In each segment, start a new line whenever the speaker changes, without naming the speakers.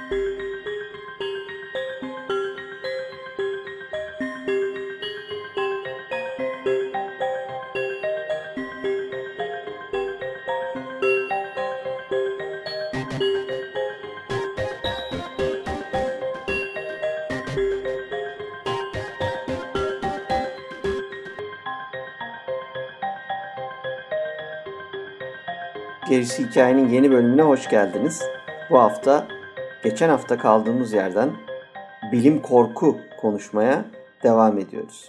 Gerisi Hikayenin yeni bölümüne hoş geldiniz. Bu hafta, geçen hafta kaldığımız yerden bilim korku konuşmaya devam ediyoruz.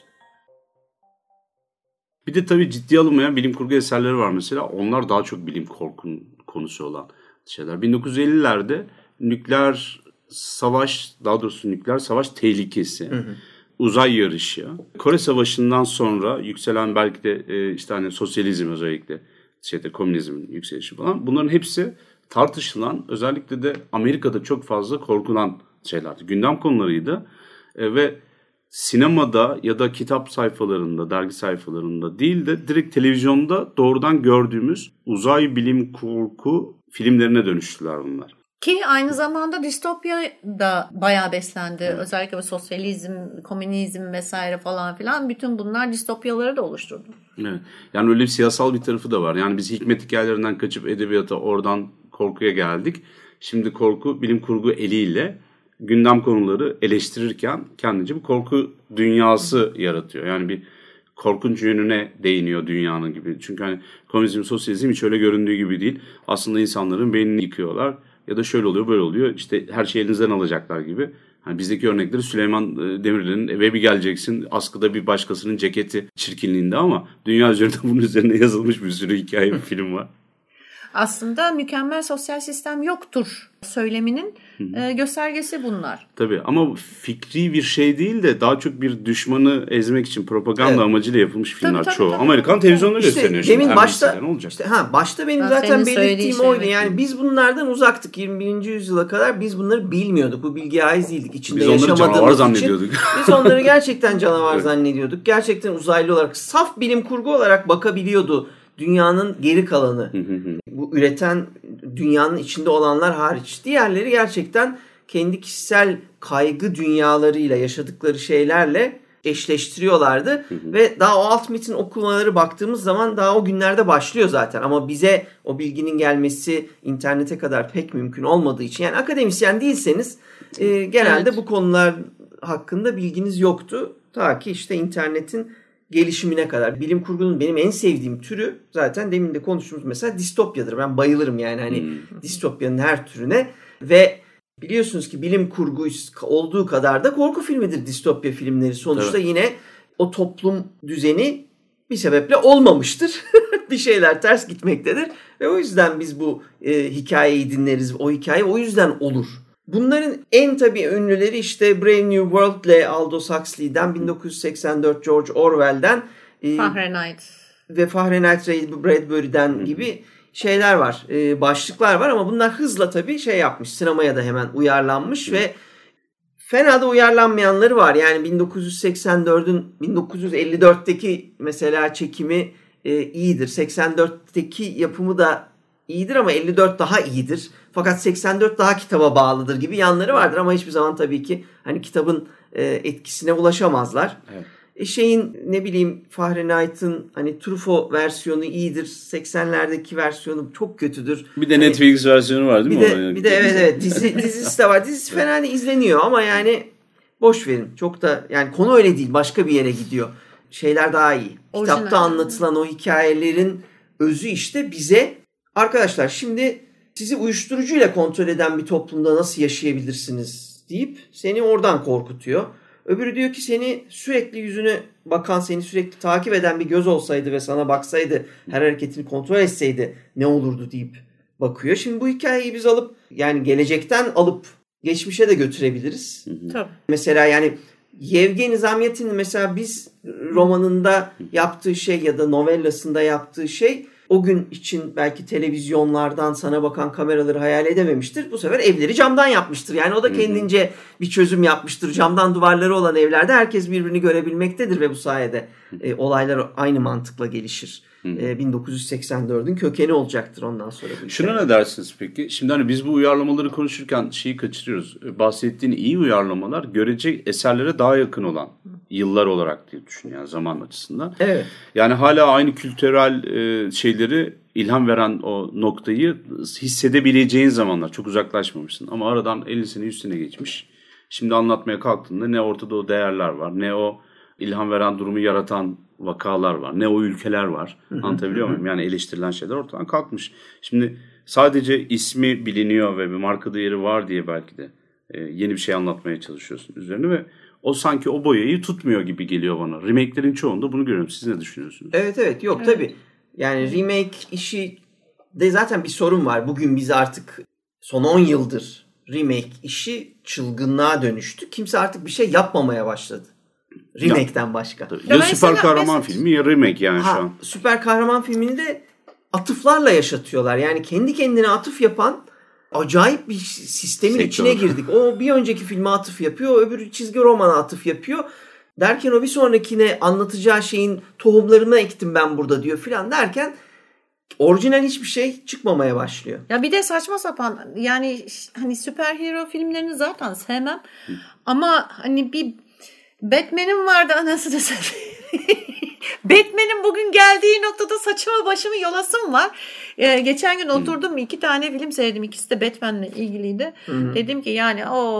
Bir de tabii ciddiye alınmayan bilim kurgu eserleri var mesela. Onlar daha çok bilim korkunun konusu olan şeyler. 1950'lerde nükleer savaş, daha doğrusu nükleer savaş tehlikesi, uzay yarışı, Kore Savaşı'ndan sonra yükselen belki de işte hani sosyalizm özellikle, komünizmin yükselişi falan, bunların hepsi tartışılan, özellikle de Amerika'da çok fazla korkulan şeylerdi. Gündem konularıydı ve sinemada ya da kitap sayfalarında, dergi sayfalarında değil de direkt televizyonda doğrudan gördüğümüz uzay bilim korku filmlerine dönüştüler bunlar.
Ki aynı zamanda distopya da bayağı beslendi. Evet. Özellikle sosyalizm, komünizm vesaire falan filan, bütün bunlar distopyaları da oluşturdu.
Evet. Yani öyle bir siyasal bir tarafı da var. Yani biz hikmet hikayelerinden kaçıp edebiyata, oradan korkuya geldik. Şimdi korku bilim kurgu eliyle gündem konuları eleştirirken kendince bir korku dünyası yaratıyor. Yani bir korkunç yönüne değiniyor dünyanın gibi. Çünkü hani komünizm, sosyalizm hiç öyle göründüğü gibi değil. Aslında insanların beynini yıkıyorlar. Ya da şöyle oluyor, böyle oluyor. İşte her şeyi elinizden alacaklar gibi. Hani bizdeki örnekleri Süleyman Demirel'in eve bir geleceksin, askıda bir başkasının ceketi çirkinliğinde, ama dünya üzerinde bunun üzerine yazılmış bir sürü hikaye, bir film var.
Aslında mükemmel sosyal sistem yoktur söyleminin göstergesi bunlar.
Tabii, ama fikri bir şey değil de daha çok bir düşmanı ezmek için propaganda amacıyla yapılmış filmler çoğu. Tabii. Amerikan televizyonda gösteriyor.
Demin başta benim zaten belirttiğim oydu. Yani biz bunlardan uzaktık. 21. yüzyıla kadar biz bunları bilmiyorduk. Bu bilgiye ait değildik. İçinde biz onları canavar zannediyorduk. Biz onları gerçekten canavar zannediyorduk. Gerçekten uzaylı olarak, saf bilim kurgu olarak bakabiliyordu dünyanın geri kalanı. Bu üreten dünyanın içinde olanlar hariç. Diğerleri gerçekten kendi kişisel kaygı dünyalarıyla, yaşadıkları şeylerle eşleştiriyorlardı. Ve daha o alt metin okumaları baktığımız zaman daha o günlerde başlıyor zaten. Ama bize o bilginin gelmesi internete kadar pek mümkün olmadığı için, yani akademisyen değilseniz genelde bu konular hakkında bilginiz yoktu. Ta ki işte internetin gelişimine kadar. Bilim kurgunun benim en sevdiğim türü zaten demin de konuştuğumuz mesela distopyadır. Ben bayılırım yani hani distopyanın her türüne ve biliyorsunuz ki bilim kurgu olduğu kadar da korku filmidir distopya filmleri. Sonuçta yine o toplum düzeni bir sebeple olmamıştır. Bir şeyler ters gitmektedir ve o yüzden biz bu hikayeyi dinleriz. O hikaye o yüzden olur. Bunların en tabii ünlüleri işte Brave New World ile Aldous Huxley'den, 1984 George Orwell'den ve Fahrenheit Bradbury'den gibi şeyler var, başlıklar var, ama bunlar hızla tabii şey yapmış, sinemaya da hemen uyarlanmış ve fena da uyarlanmayanları var. Yani 1984'ün 1954'teki mesela çekimi iyidir. 84'teki yapımı da iyidir ama 54 daha iyidir. Fakat 84 daha kitaba bağlıdır gibi yanları vardır ama hiçbir zaman tabii ki hani kitabın etkisine ulaşamazlar. Evet. Fahrenheit'ın hani Truffaut versiyonu iyidir. 80'lerdeki versiyonu çok kötüdür.
Bir de Netflix versiyonu var değil mi?
Bir de evet dizisi de var. Dizisi fena değil, izleniyor ama yani boş verin. Çok da yani konu öyle değil. Başka bir yere gidiyor. Şeyler daha iyi. Orijinal. Kitapta anlatılan o hikayelerin özü işte bize, arkadaşlar şimdi sizi uyuşturucuyla kontrol eden bir toplumda nasıl yaşayabilirsiniz deyip seni oradan korkutuyor. Öbürü diyor ki seni sürekli yüzüne bakan, seni sürekli takip eden bir göz olsaydı ve sana baksaydı, her hareketini kontrol etseydi ne olurdu deyip bakıyor. Şimdi bu hikayeyi biz alıp, yani gelecekten alıp geçmişe de götürebiliriz.
Tabii.
Mesela yani Yevgeni Zamyatin'in mesela biz romanında yaptığı şey ya da novellasında yaptığı şey o gün için belki televizyonlardan sana bakan kameraları hayal edememiştir. Bu sefer evleri camdan yapmıştır. Yani o da kendince bir çözüm yapmıştır. Camdan duvarları olan evlerde herkes birbirini görebilmektedir ve bu sayede olaylar aynı mantıkla gelişir. 1984'ün kökeni olacaktır ondan sonra.
Şuna ne dersiniz peki? Şimdi hani biz bu uyarlamaları konuşurken şeyi kaçırıyoruz. Bahsettiğin iyi uyarlamalar görecek eserlere daha yakın olan yıllar olarak diye düşün yani zaman açısından.
Evet.
Yani hala aynı kültürel şeyleri ilham veren o noktayı hissedebileceğin zamanlar. Çok uzaklaşmamışsın ama aradan 50 sene 100 sene geçmiş. Şimdi anlatmaya kalktığında ne ortada o değerler var, ne o ilham veren durumu yaratan vakalar var, ne o ülkeler var. Anlatabiliyor muyum? Yani eleştirilen şeyler ortadan kalkmış. Şimdi sadece ismi biliniyor ve bir marka değeri var diye belki de yeni bir şey anlatmaya çalışıyorsun üzerine ve o sanki o boyayı tutmuyor gibi geliyor bana. Remake'lerin çoğunda bunu görüyorum. Siz ne düşünüyorsunuz?
Evet. Yok tabii. Yani remake işi de zaten bir sorun var. Bugün biz artık son 10 yıldır remake işi çılgınlığa dönüştü. Kimse artık bir şey yapmamaya başladı. Remake'den başka.
Ya süper kahraman filmi ya remake yani şu an.
Süper kahraman filmini de atıflarla yaşatıyorlar. Yani kendi kendine atıf yapan acayip bir sistemin içine girdik. O bir önceki filme atıf yapıyor, öbür çizgi romana atıf yapıyor. Derken o bir sonrakine anlatacağı şeyin tohumlarını ektim ben burada diyor filan derken orijinal hiçbir şey çıkmamaya başlıyor.
Ya bir de saçma sapan yani hani süperhero filmlerini zaten sevmem. Ama hani bir Batman'im vardı anasını satayım. Batman'in bugün geldiği noktada saçımı başımı yolasım var. Geçen gün oturdum 2 tane film seyredim. İkisi de Batman'le ilgiliydi. Dedim ki yani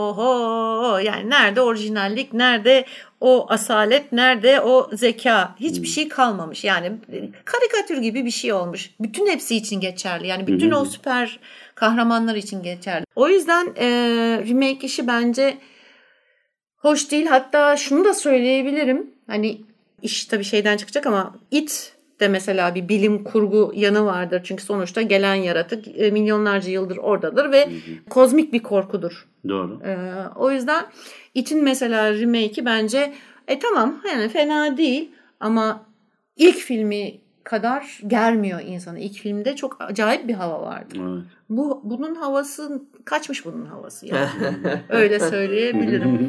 yani nerede orijinallik, nerede o asalet, nerede o zeka? Hiçbir şey kalmamış. Yani karikatür gibi bir şey olmuş. Bütün hepsi için geçerli. Yani bütün o süper kahramanlar için geçerli. O yüzden remake işi bence hoş değil. Hatta şunu da söyleyebilirim. Hani iş tabii şeyden çıkacak ama It de mesela bir bilim kurgu yanı vardır. Çünkü sonuçta gelen yaratık milyonlarca yıldır oradadır ve kozmik bir korkudur.
Doğru.
O yüzden It'in mesela remake'i bence tamam yani fena değil ama ilk filmi kadar germiyor insanı. İlk filmde çok acayip bir hava vardı.
Evet.
Bunun havası kaçmış bunun havası yani. Öyle söyleyebilirim.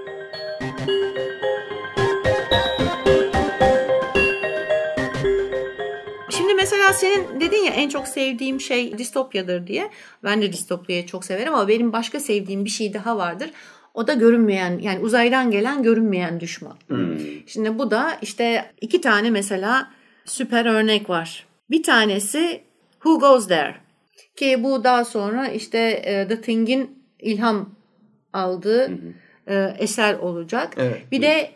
Şimdi mesela senin dedin ya en çok sevdiğim şey distopyadır diye. Ben de distopyayı çok severim ama benim başka sevdiğim bir şey daha vardır. O da görünmeyen yani uzaydan gelen görünmeyen düşman. Şimdi bu da işte 2 tane mesela süper örnek var. Bir tanesi Who Goes There? Ki bu daha sonra işte The Thing'in ilham aldığı eser olacak.
Evet.
Bir de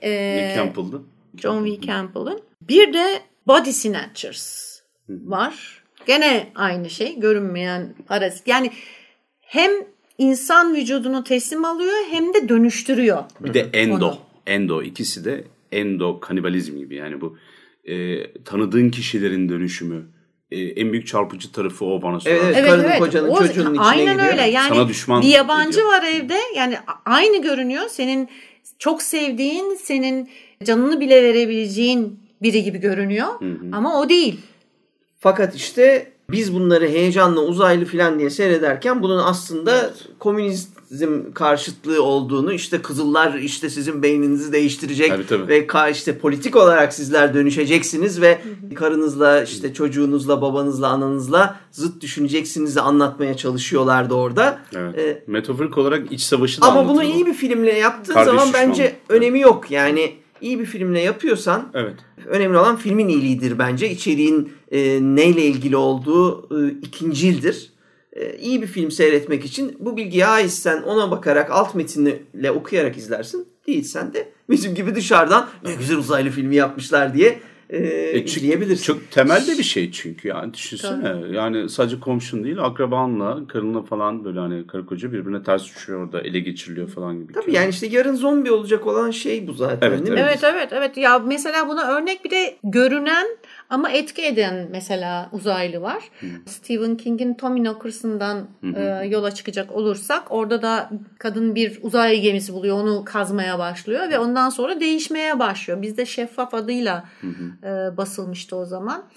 John V. Campbell'ın. Bir de Body Snatchers var. Gene aynı şey. Görünmeyen parazit. Yani hem insan vücudunu teslim alıyor hem de dönüştürüyor.
Bir de endo. İkisi de endo kanibalizm gibi. Yani bu tanıdığın kişilerin dönüşümü. En büyük çarpıcı tarafı o bana sorarsan.
Evet. Karının kocanın çocuğunun içine
aynen
giriyor.
Öyle. Yani
sana düşman
bir yabancı
ediyor.
var evde. Yani aynı görünüyor. Senin çok sevdiğin, senin canını bile verebileceğin biri gibi görünüyor. Ama o değil.
Fakat işte biz bunları heyecanla uzaylı falan diye seyrederken bunun aslında komünizm karşıtlığı olduğunu, işte Kızıllar işte sizin beyninizi değiştirecek ve işte politik olarak sizler dönüşeceksiniz ve karınızla, işte çocuğunuzla, babanızla, ananızla zıt düşüneceksiniz de anlatmaya çalışıyorlardı orada.
Evet. Metaforik olarak iç savaşı da
ama bunu iyi bir filmle yaptığın zaman bence önemi yok. Yani iyi bir filmle yapıyorsan önemli olan filmin iyiliğidir bence. İçeriğin neyle ilgili olduğu ikincildir. İyi bir film seyretmek için bu bilgiye aitsen ona bakarak alt metinle okuyarak izlersin. Değilsen de bizim gibi dışarıdan ne güzel uzaylı filmi yapmışlar diye izleyebilirsin.
Çok temelde bir şey çünkü yani düşünsene. Tabii. Yani sadece komşun değil akrabanla, karınla falan böyle hani karı koca birbirine ters düşüyor orada, ele geçiriliyor falan gibi.
Tabii yani işte yarın zombi olacak olan şey bu zaten değil mi?
Evet. Ya mesela buna örnek bir de görünen ama etki eden mesela uzaylı var. Stephen King'in Tommy Knockers'ından yola çıkacak olursak orada da kadın bir uzay gemisi buluyor. Onu kazmaya başlıyor ve ondan sonra değişmeye başlıyor. Bizde Şeffaf adıyla basılmıştı o zaman.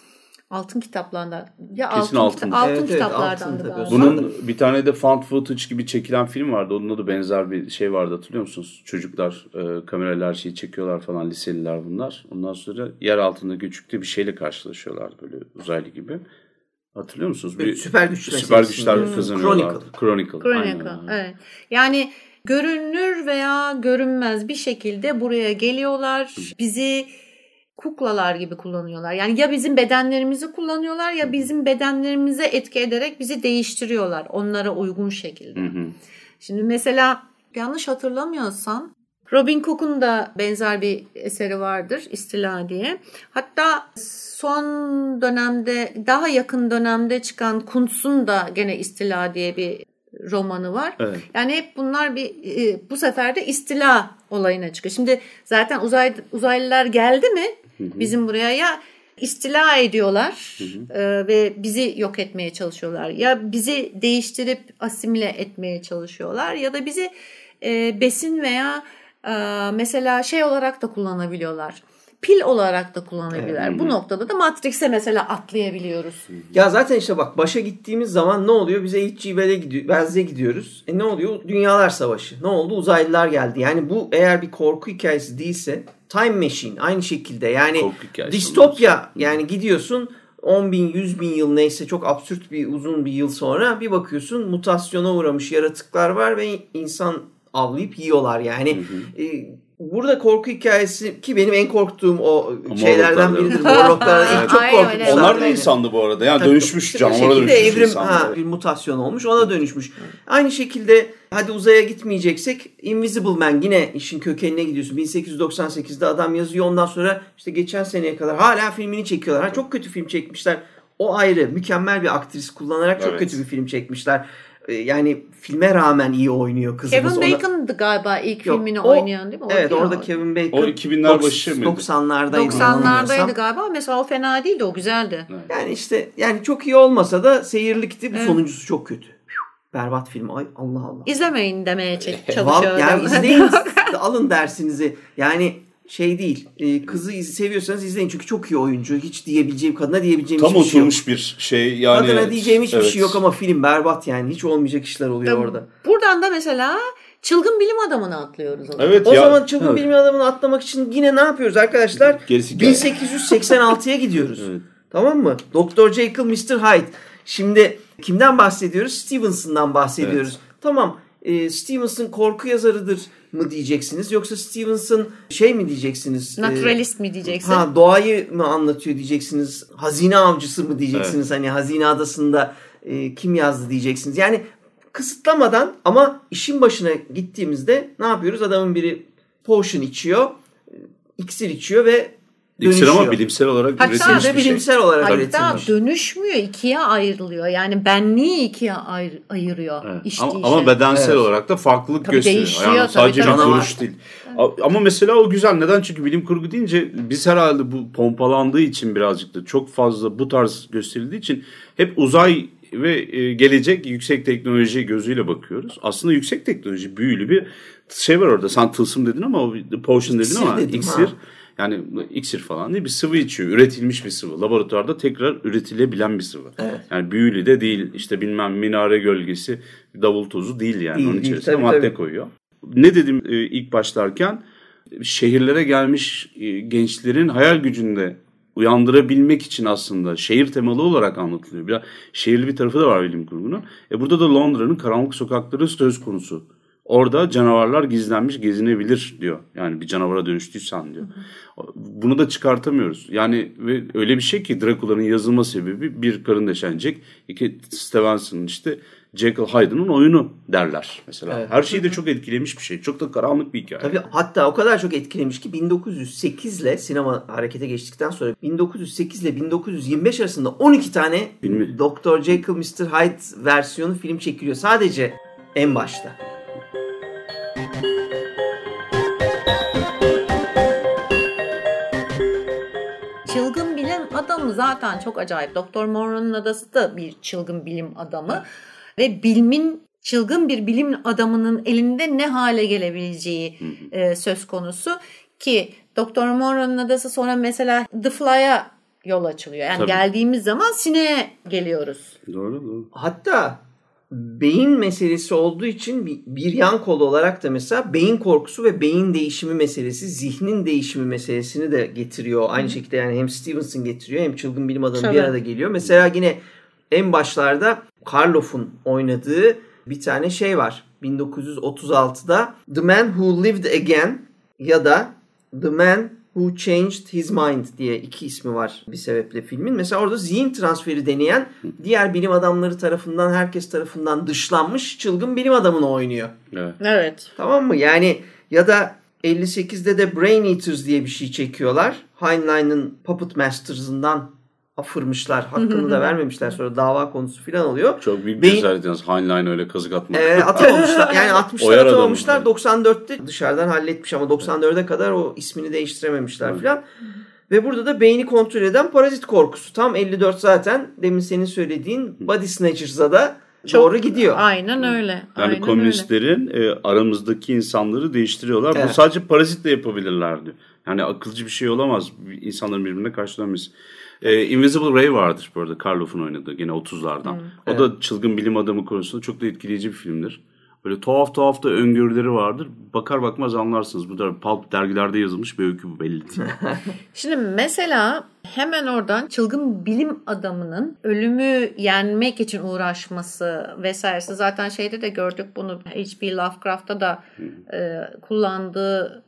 Altın kitaplardan. Ya
kesin
altın kitaplardan.
Bunun bir tane de found footage gibi çekilen film vardı. Onun da benzer bir şey vardı, hatırlıyor musunuz? Çocuklar kameralar şeyi çekiyorlar falan, liseliler bunlar. Ondan sonra yer altında göçükte bir şeyle karşılaşıyorlar, böyle uzaylı gibi. Hatırlıyor musunuz? Bir
süper güçler
kazanıyorlar. Chronicle.
Evet. Yani görünür veya görünmez bir şekilde buraya geliyorlar. Bizi kuklalar gibi kullanıyorlar. Yani ya bizim bedenlerimizi kullanıyorlar ya bizim bedenlerimize etki ederek bizi değiştiriyorlar. Onlara uygun şekilde. Şimdi mesela yanlış hatırlamıyorsam Robin Cook'un da benzer bir eseri vardır, İstila diye. Hatta son dönemde, daha yakın dönemde çıkan Kuntz'un da gene İstila diye bir romanı var.
Evet.
Yani hep bunlar bu sefer de istila olayına çıkıyor. Şimdi zaten uzaylılar geldi mi bizim buraya ya istila ediyorlar ve bizi yok etmeye çalışıyorlar. Ya bizi değiştirip asimile etmeye çalışıyorlar ya da bizi besin veya mesela şey olarak da kullanabiliyorlar. Pil olarak da kullanabilirler. Bu noktada da Matrix'e mesela atlayabiliyoruz.
Ya zaten işte bak, başa gittiğimiz zaman ne oluyor? Bize H.G. gidiyoruz. Ne oluyor? Dünyalar Savaşı. Ne oldu? Uzaylılar geldi. Yani bu eğer bir korku hikayesi değilse Time Machine aynı şekilde. Yani distopya. Yani gidiyorsun 10 bin, 100 bin yıl neyse, çok absürt bir uzun bir yıl sonra bir bakıyorsun mutasyona uğramış yaratıklar var ve insan avlayıp yiyorlar. Yani burada korku hikayesi, ki benim en korktuğum o şeylerden biridir. Morlocklardan çok korktum.
Onlar da insandı bu arada. Yani dönüşmüş, canavara dönüşmüş insanlar.
Bir mutasyon olmuş, ona dönüşmüş. Aynı şekilde hadi uzaya gitmeyeceksek Invisible Man, yine işin kökenine gidiyorsun. 1898'de adam yazıyor, ondan sonra işte geçen seneye kadar hala filmini çekiyorlar. Çok kötü film çekmişler. O ayrı, mükemmel bir aktris kullanarak çok kötü bir film çekmişler. Yani filme rağmen iyi oynuyor kızımız.
Kevin Bacon'dı galiba ilk filmini oynayan, değil mi?
Evet, orada Kevin Bacon.
O 2000'ler başı mıydı?
90'lardaydı galiba. Mesela o fena değildi, o güzeldi.
Evet. Yani işte yani çok iyi olmasa da seyirlikti. Bu sonuncusu çok kötü. Berbat film. Ay Allah Allah.
İzlemeyin demeye çalışıyorum.
Yani izleyin, alın dersinizi. Yani şey değil. Kızı seviyorsanız izleyin. Çünkü çok iyi oyuncu. Hiç diyebileceğim, kadına diyebileceğim hiçbir şey yok.
Tam oturmuş bir şey. Yani,
kadına diyeceğim hiçbir şey yok ama film berbat yani. Hiç olmayacak işler oluyor orada.
Buradan da mesela çılgın bilim adamını atlıyoruz.
O zaman çılgın bilim adamını atlamak için yine ne yapıyoruz arkadaşlar? 1886'ya gidiyoruz. Evet. Tamam mı? Dr. Jekyll, Mr. Hyde. Şimdi kimden bahsediyoruz? Stevenson'dan bahsediyoruz. Evet. Tamam. Stevenson korku yazarıdır mı diyeceksiniz, yoksa Stevenson şey mi diyeceksiniz?
Naturalist mi diyeceksiniz?
Doğayı mı anlatıyor diyeceksiniz? Hazine avcısı mı diyeceksiniz? Evet. Hani Hazine Adası'nda kim yazdı diyeceksiniz. Yani kısıtlamadan, ama işin başına gittiğimizde ne yapıyoruz? Adamın biri potion içiyor, iksir içiyor ve dönüşüyor.
İksir ama bilimsel olarak üretilmiş bir şey.
Bilimsel olarak üretilmiş.
Hatta dönüşmüyor, ikiye ayrılıyor. Yani benliği ikiye ayırıyor.
Evet. Ama bedensel olarak da farklılık gösteriyor.
Değişiyor,
yani sadece bir
canavar
duruş değil. Evet. Ama mesela o güzel. Neden? Çünkü bilim kurgu deyince biz herhalde bu pompalandığı için, birazcık da çok fazla bu tarz gösterildiği için hep uzay ve gelecek, yüksek teknoloji gözüyle bakıyoruz. Aslında yüksek teknoloji, büyülü bir şey var orada. Sen tılsım dedin ama o potion dedin ama iksir. Yani iksir falan değil, bir sıvı içiyor. Üretilmiş bir sıvı. Laboratuvarda tekrar üretilebilen bir sıvı. Evet. Yani büyülü de değil. İşte bilmem minare gölgesi, davul tozu değil yani. Değil, onun içerisine madde koyuyor. Ne dedim ilk başlarken? Şehirlere gelmiş gençlerin hayal gücünde uyandırabilmek için aslında şehir temalı olarak anlatılıyor. Biraz şehirli bir tarafı da var bilim kurgunun. Burada da Londra'nın karanlık sokakları söz konusu. Orada canavarlar gizlenmiş, gezinebilir diyor. Yani bir canavara dönüştüysen diyor. Bunu da çıkartamıyoruz. Yani ve öyle bir şey ki Dracula'nın yazılma sebebi bir karın deşen Jack, iki Stevenson'ın işte Jekyll Hyde'ın oyunu derler mesela. Evet. Her şeyi de çok etkilemiş bir şey. Çok da karanlık bir hikaye.
Tabii, hatta o kadar çok etkilemiş ki 1908 ile sinema harekete geçtikten sonra 1908 ile 1925 arasında 12 tane Dr. Jekyll, Mr. Hyde versiyonu film çekiliyor. Sadece en başta.
Çılgın bilim adamı zaten çok acayip. Dr. Moreau'nun adası da bir çılgın bilim adamı. Ve çılgın bir bilim adamının elinde ne hale gelebileceği söz konusu. Ki Dr. Moreau'nun adası sonra mesela The Fly'a yol açılıyor. Yani
Tabii.
geldiğimiz zaman sineye geliyoruz.
Doğru.
Hatta beyin meselesi olduğu için bir yan kol olarak da mesela beyin korkusu ve beyin değişimi meselesi, zihnin değişimi meselesini de getiriyor. Aynı şekilde yani hem Stevenson getiriyor hem çılgın bilim adamı bir arada geliyor. Mesela yine en başlarda Karloff'un oynadığı bir tane şey var. 1936'da The Man Who Lived Again ya da The Man Who Changed His Mind diye 2 ismi var bir sebeple filmin. Mesela orada zihin transferi deneyen diğer bilim adamları tarafından, herkes tarafından dışlanmış çılgın bilim adamını oynuyor.
Evet.
Tamam mı? Yani ya da 58'de de Brain Eaters diye bir şey çekiyorlar. Heinlein'in Puppet Masters'ından afırmışlar. Hakkını da vermemişler. Sonra dava konusu falan oluyor.
Çok büyük bir cesaret yalnız Heinlein öyle kazık atmak.
Atamamışlar. Yani 60'lar atamamışlar. 94'te dışarıdan halletmiş ama 94'e kadar o ismini değiştirememişler falan. Ve burada da beyni kontrol eden parazit korkusu. Tam 54 zaten demin senin söylediğin Body Snatchers'a da doğru gidiyor.
Aynen öyle.
Yani
aynen
komünistlerin aramızdaki insanları değiştiriyorlar. Evet. Bu sadece parazitle yapabilirler diyor. Yani akılcı bir şey olamaz. İnsanların birbirine karşı dönmesi. Invisible Ray vardır bu arada. Karloff'un oynadığı gene 30'lardan. O da çılgın bilim adamı konusunda çok da etkileyici bir filmdir. Böyle tuhaf da öngörüleri vardır. Bakar bakmaz anlarsınız. Bu da Pulp dergilerde yazılmış bir öykü bu belli değil.
Şimdi mesela hemen oradan çılgın bilim adamının ölümü yenmek için uğraşması vesairesi. Zaten şeyde de gördük bunu. H.P. Lovecraft'ta da kullandığı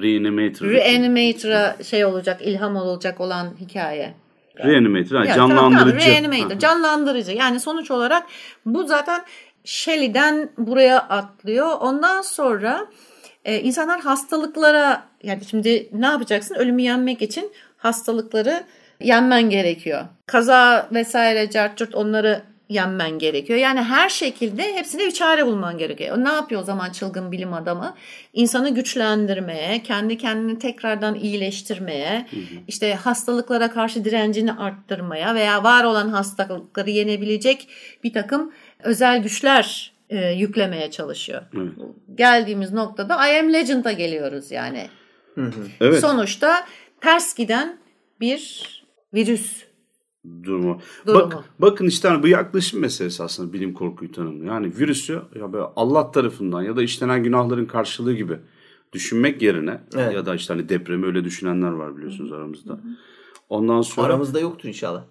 Reanimator'a şey olacak, ilham olacak olan hikaye.
Reanimator, yani canlandırıcı.
Reanimator, canlandırıcı. Yani sonuç olarak bu zaten Shelley'den buraya atlıyor. Ondan sonra insanlar hastalıklara, yani şimdi ne yapacaksın? Ölümü yenmek için hastalıkları yenmen gerekiyor. Kaza vesaire, cart onları yenmen gerekiyor. Yani her şekilde hepsine bir çare bulman gerekiyor. Ne yapıyor o zaman çılgın bilim adamı? İnsanı güçlendirmeye, kendi kendini tekrardan iyileştirmeye, işte hastalıklara karşı direncini arttırmaya veya var olan hastalıkları yenebilecek bir takım özel güçler yüklemeye çalışıyor. Geldiğimiz noktada I Am Legend'a geliyoruz yani.
Evet.
Sonuçta ters giden bir virüs
durumu. Bakın işte hani bu yaklaşım meselesi aslında bilim kurguyu tanımlıyor. Yani virüsü ya böyle Allah tarafından ya da işlenen günahların karşılığı gibi düşünmek yerine ya da işte hani depremi öyle düşünenler var biliyorsunuz aramızda. Ondan sonra
aramızda yoktur inşallah.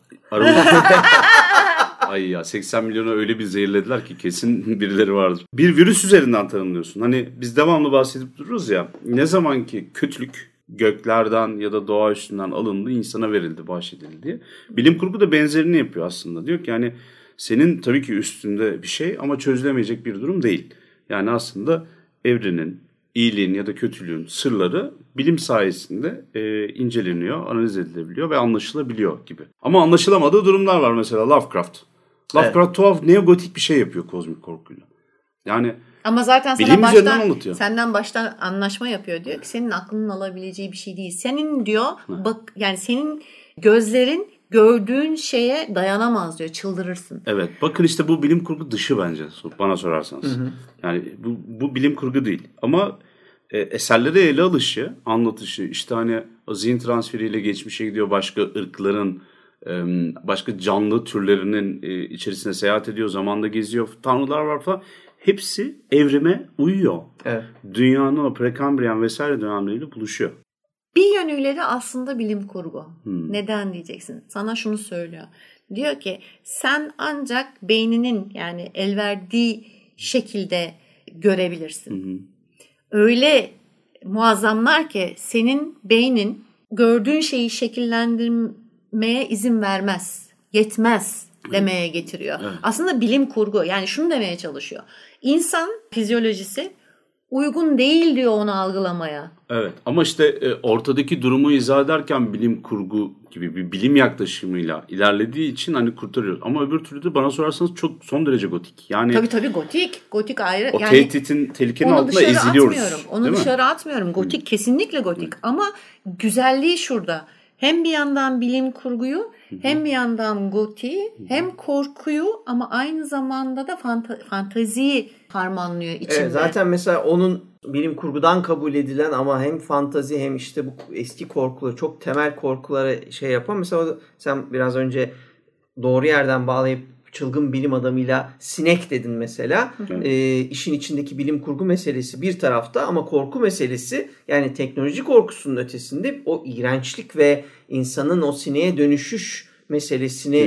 Ay ya 80 milyonu öyle bir zehirlediler ki kesin birileri vardır. Bir virüs üzerinden tanımlıyorsun. Hani biz devamlı bahsedip dururuz ya. Ne zaman ki kötülük göklerden ya da doğa üstünden alındı, insana verildi, bahşedildi diye. Bilim kurgu da benzerini yapıyor aslında. Diyor ki yani senin tabii ki üstünde bir şey ama çözülemeyecek bir durum değil. Yani aslında evrenin, iyiliğin ya da kötülüğün sırları bilim sayesinde inceleniyor, analiz edilebiliyor ve anlaşılabiliyor gibi. Ama anlaşılamadığı durumlar var mesela Lovecraft. Lovecraft tuhaf neogotik bir şey yapıyor kozmik korkuyla. Yani
ama zaten sana senden baştan anlaşma yapıyor, diyor ki senin aklının alabileceği bir şey değil. Senin diyor bak yani senin gözlerin gördüğün şeye dayanamaz diyor, çıldırırsın.
Evet, bakın işte bu bilim kurgu dışı bence bana sorarsanız. Yani bu bilim kurgu değil ama eserleri ele alışı, anlatışı, işte hani o zihin transferiyle geçmişe gidiyor, başka ırkların, başka canlı türlerinin içerisine seyahat ediyor, zamanda geziyor, tanrılar var falan. Hepsi evrime uyuyor. Evet. Dünyanın o Prekambriyan vesaire dönemleriyle buluşuyor.
Bir yönüyle de aslında bilim kurgu. Neden diyeceksin? Sana şunu söylüyor. Diyor ki sen ancak beyninin yani el verdiği şekilde görebilirsin. Öyle muazzamlar ki senin beynin gördüğün şeyi şekillendirmeye izin vermez. Yetmez demeye getiriyor. Evet. Aslında bilim kurgu yani şunu demeye çalışıyor. İnsan fizyolojisi uygun değil diyor onu algılamaya.
Evet ama işte ortadaki durumu izah ederken bilim kurgu gibi bir bilim yaklaşımıyla ilerlediği için hani kurtarıyoruz. Ama öbür türlü de bana sorarsanız çok son derece gotik. Yani
tabii gotik. Gotik ayrı.
O tehditin, tehlikenin altında eziliyoruz.
Onu dışarı atmıyorum. Gotik kesinlikle gotik. Ama güzelliği şurada. hem bir yandan bilim kurguyu, hem bir yandan gotiği, hem korkuyu ama aynı zamanda da fanteziyi harmanlıyor içinde.
Evet, zaten mesela onun bilim kurgudan kabul edilen ama hem fantazi hem işte bu eski korkuları, çok temel korkulara şey yapan, mesela sen biraz önce doğru yerden bağlayıp çılgın bilim adamıyla sinek dedin mesela. İşin içindeki bilim kurgu meselesi bir tarafta ama korku meselesi, yani teknoloji korkusunun ötesinde o iğrençlik ve insanın o sineğe dönüşüş meselesini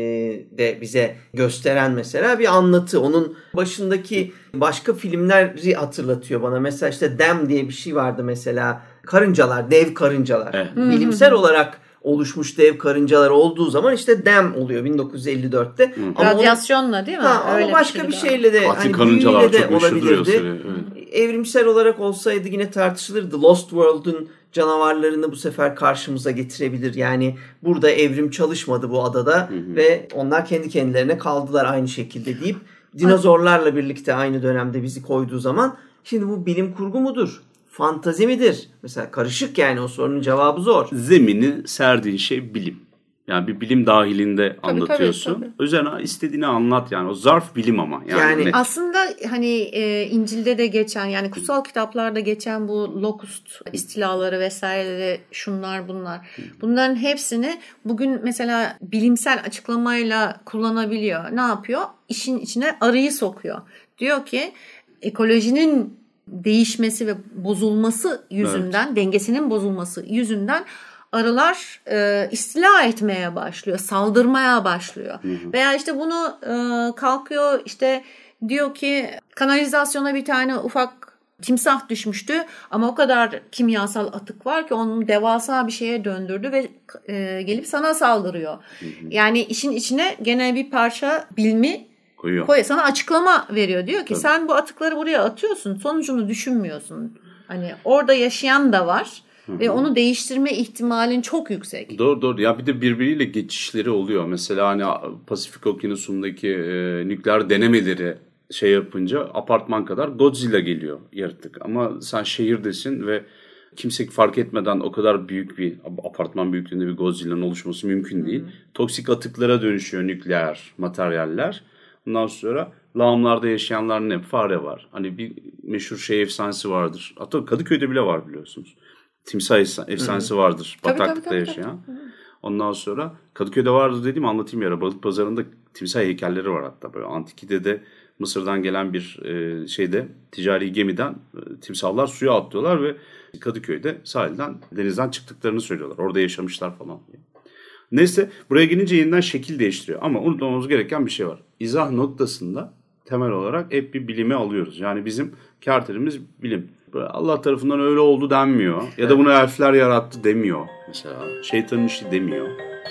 de bize gösteren mesela bir anlatı. Onun başındaki başka filmleri hatırlatıyor bana. Mesela işte Them diye bir şey vardı mesela. Karıncalar, dev karıncalar. Evet. Bilimsel olarak oluşmuş dev karıncalar olduğu zaman işte Them oluyor 1954'te.
Radyasyonla değil mi?
Ama başka bir şeyle de
hani karıncalar de olabilirdi.
Evet. Evrimsel olarak olsaydı yine tartışılırdı. Lost World'un canavarlarını bu sefer karşımıza getirebilir. Yani burada evrim çalışmadı bu adada ve onlar kendi kendilerine kaldılar aynı şekilde deyip dinozorlarla birlikte aynı dönemde bizi koyduğu zaman, şimdi bu bilim kurgu mudur? Fantazi midir? Mesela karışık, yani o sorunun cevabı zor.
Zemini serdiğin şey bilim. Yani bir bilim dahilinde anlatıyorsun. Tabii. Üzerine istediğini anlat yani. O zarf bilim ama.
Yani aslında hani İncil'de de geçen, yani kutsal kitaplarda geçen bu lokust istilaları vesaireleri, şunlar bunlar. Bunların hepsini bugün mesela bilimsel açıklamayla kullanabiliyor. Ne yapıyor? İşin içine arıyı sokuyor. Diyor ki ekolojinin değişmesi ve bozulması yüzünden, dengesinin bozulması yüzünden arılar istila etmeye başlıyor, saldırmaya başlıyor. Veya işte bunu kalkıyor işte diyor ki kanalizasyona bir tane ufak timsah düşmüştü ama o kadar kimyasal atık var ki onu devasa bir şeye döndürdü ve gelip sana saldırıyor. Yani işin içine gene bir parça bilimi koyuyor. Sana açıklama veriyor. Diyor ki sen bu atıkları buraya atıyorsun. Sonucunu düşünmüyorsun. Hani orada yaşayan da var. Ve onu değiştirme ihtimalin çok yüksek.
Doğru. Ya bir de birbiriyle geçişleri oluyor. Mesela hani Pasifik Okyanusu'ndaki nükleer denemeleri şey yapınca apartman kadar Godzilla geliyor yaratık. Ama sen şehirdesin ve kimse fark etmeden o kadar büyük bir apartman büyüklüğünde bir Godzilla'nın oluşması mümkün değil. Toksik atıklara dönüşüyor nükleer materyaller. Ondan sonra lağımlarda yaşayanların hep fare var. Hani bir meşhur şey efsanesi vardır. Hatta Kadıköy'de bile var biliyorsunuz. Timsah efsanesi vardır. Bataklıkta yaşayan. Ondan sonra Kadıköy'de vardı dediğim, anlatayım yara. Balık pazarında timsah heykelleri var hatta. Böyle Antikide de Mısır'dan gelen bir şeyde ticari gemiden timsahlar suya atlıyorlar ve Kadıköy'de sahilden, denizden çıktıklarını söylüyorlar. Orada yaşamışlar falan diye. Neyse, buraya gelince yeniden şekil değiştiriyor. Ama unutmamamız gereken bir şey var. İzah noktasında temel olarak hep bir bilime alıyoruz. Yani bizim kârterimiz bilim. Allah tarafından öyle oldu denmiyor. Ya da bunu elfler yarattı demiyor mesela. Şeytanın işi demiyor.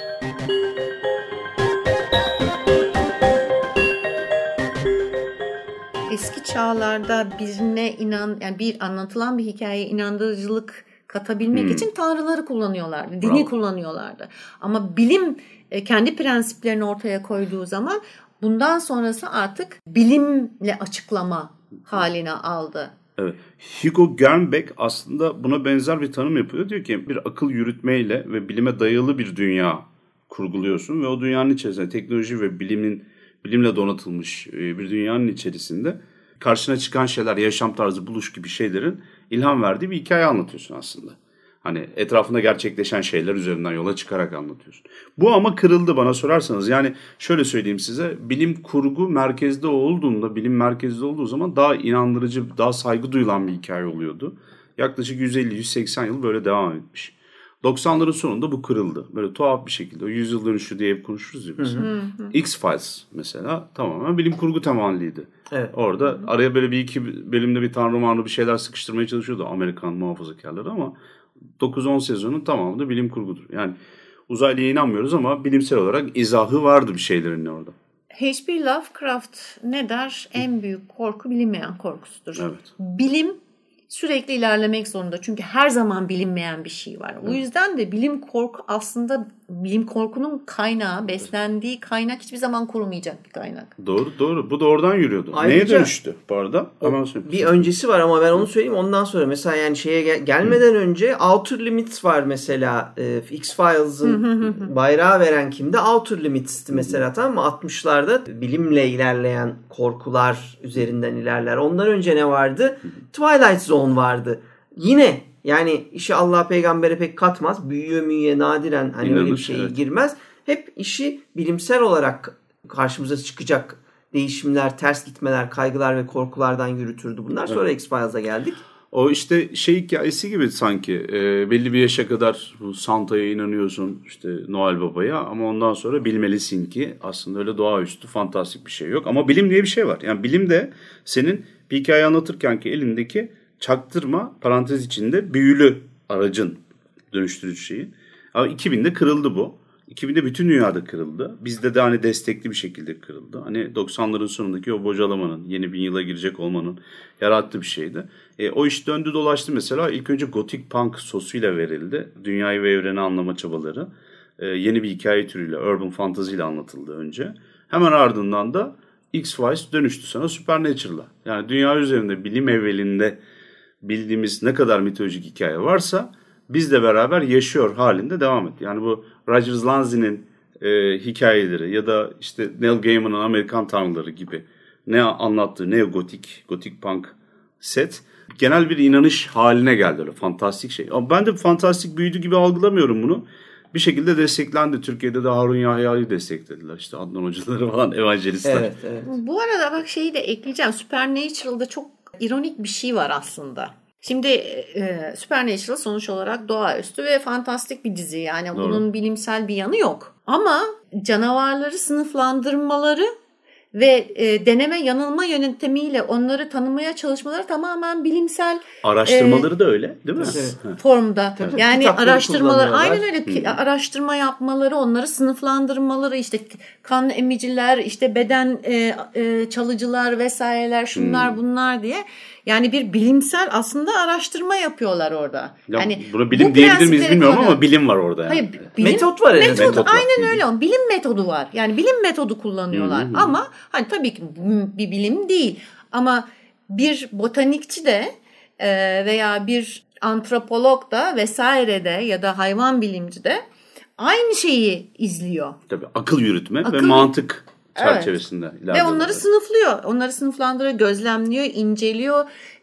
Eski çağlarda birine yani bir anlatılan bir hikayeye inandırıcılık katabilmek için tanrıları kullanıyorlardı. Dini kullanıyorlardı. Ama bilim kendi prensiplerini ortaya koyduğu zaman bundan sonrası artık bilimle açıklama haline aldı.
Evet. Hugo Gernsback aslında buna benzer bir tanım yapıyor. Diyor ki bir akıl yürütmeyle ve bilime dayalı bir dünya kurguluyorsun ve o dünyanın içerisinde teknoloji ve bilimle donatılmış bir dünyanın içerisinde karşına çıkan şeyler, yaşam tarzı, buluş gibi şeylerin ilham verdiği bir hikaye anlatıyorsun aslında. Hani etrafında gerçekleşen şeyler üzerinden yola çıkarak anlatıyorsun. Bu ama kırıldı bana sorarsanız. Yani şöyle söyleyeyim size, bilim kurgu merkezde olduğunda, bilim merkezde olduğu zaman daha inandırıcı, daha saygı duyulan bir hikaye oluyordu. Yaklaşık 150-180 yıl böyle devam etmiş. 90'ların sonunda bu kırıldı. Böyle tuhaf bir şekilde. O yüzyıl dönüşü diye hep konuşuruz ya biz. X-Files mesela tamamen bilim kurgu temelliydi. Evet. Orada araya böyle bir iki bölümde bir tanrı bir şeyler sıkıştırmaya çalışıyordu Amerikan muhafazakarları ama 9-10 sezonun tamamı da bilim kurgudur. Yani uzaylıya inanmıyoruz ama bilimsel olarak izahı vardı bir şeylerin orada.
H.P. Lovecraft ne der? En büyük korku bilinmeyen korkusudur.
Evet.
Bilim sürekli ilerlemek zorunda. Çünkü her zaman bilinmeyen bir şey var. O yüzden de bilim korku aslında bilim korkunun kaynağı, beslendiği kaynak hiçbir zaman kurumayacak bir kaynak.
Doğru. Bu da oradan yürüyordu. Ayrıca, neye dönüştü bu arada?
Bir öncesi var ama ben onu söyleyeyim. Ondan sonra mesela yani şeye gelmeden önce Outer Limits var mesela. X-Files'ın bayrağı veren kimdi? Outer Limits'ti mesela, tamam mı? 60'larda bilimle ilerleyen korkular üzerinden ilerler. Ondan önce ne vardı? Twilight Zone vardı. Yine yani işi Allah peygambere pek katmaz. Büyüye nadiren hani öyle bir şeye girmez. Hep işi bilimsel olarak karşımıza çıkacak değişimler, ters gitmeler, kaygılar ve korkulardan yürütürdü bunlar. Sonra X-Files'a geldik.
O işte hikayesi gibi sanki. Belli bir yaşa kadar bu Santa'ya inanıyorsun, işte Noel Baba'ya, ama ondan sonra bilmelisin ki aslında öyle doğaüstü, fantastik bir şey yok. Ama bilim diye bir şey var. Yani bilim de senin bir hikaye anlatırken ki elindeki çaktırma, parantez içinde büyülü aracın, dönüştürücü şeyi. Ama 2000'de kırıldı bu. 2000'de bütün dünyada kırıldı. Bizde de hani destekli bir şekilde kırıldı. Hani 90'ların sonundaki o bocalamanın, yeni bir yıla girecek olmanın yarattığı bir şeydi. O iş döndü dolaştı mesela. İlk önce gotik punk sosuyla verildi. Dünyayı ve evreni anlama çabaları. Yeni bir hikaye türüyle, urban fantasy ile anlatıldı önce. Hemen ardından da X-Files dönüştü sana Supernatural'a. Yani dünya üzerinde bilim evvelinde bildiğimiz ne kadar mitolojik hikaye varsa bizle beraber yaşıyor halinde devam etti. Yani bu Roger Lanz'in hikayeleri ya da işte Neil Gaiman'ın Amerikan Tanrıları gibi ne anlattığı neo-gotik, gotik punk set genel bir inanış haline geldi, öyle fantastik şey. Ama ben de fantastik büyüdü gibi algılamıyorum bunu. Bir şekilde desteklendi. Türkiye'de de Harun Yahya'yı desteklediler. İşte Adnan Hocaları falan, evangelistler.
Evet.
Bu arada bak şeyi de ekleyeceğim. Supernatural'da çok ironik bir şey var aslında. Şimdi Supernatural sonuç olarak doğaüstü ve fantastik bir dizi. Yani doğru, bunun bilimsel bir yanı yok. Ama canavarları sınıflandırmaları ve deneme yanılma yöntemiyle onları tanımaya çalışmaları tamamen bilimsel
araştırmaları da öyle değil mi?
Formda. Tabii. Yani araştırmalar aynen öyle. Araştırma yapmaları, onları sınıflandırmaları, işte kan emiciler, işte beden çalıcılar vesaireler, şunlar bunlar diye. Yani bir bilimsel aslında araştırma yapıyorlar orada. Yani
bunu bilim diyebilir miyiz bilmiyorum ama bilim var orada yani.
Hayır, bilim,
metot var.
Metot aynen öyle. Bilim metodu var. Yani bilim metodu kullanıyorlar. Ama hani tabii ki bir bilim değil. Ama bir botanikçi de veya bir antropolog da vesaire de ya da hayvan bilimci de aynı şeyi izliyor.
Tabii akıl yürütme ve mantık çerçevesinde ilerliyor.
Ve onları sınıflıyor. Onları sınıflandırıyor, gözlemliyor, inceliyor.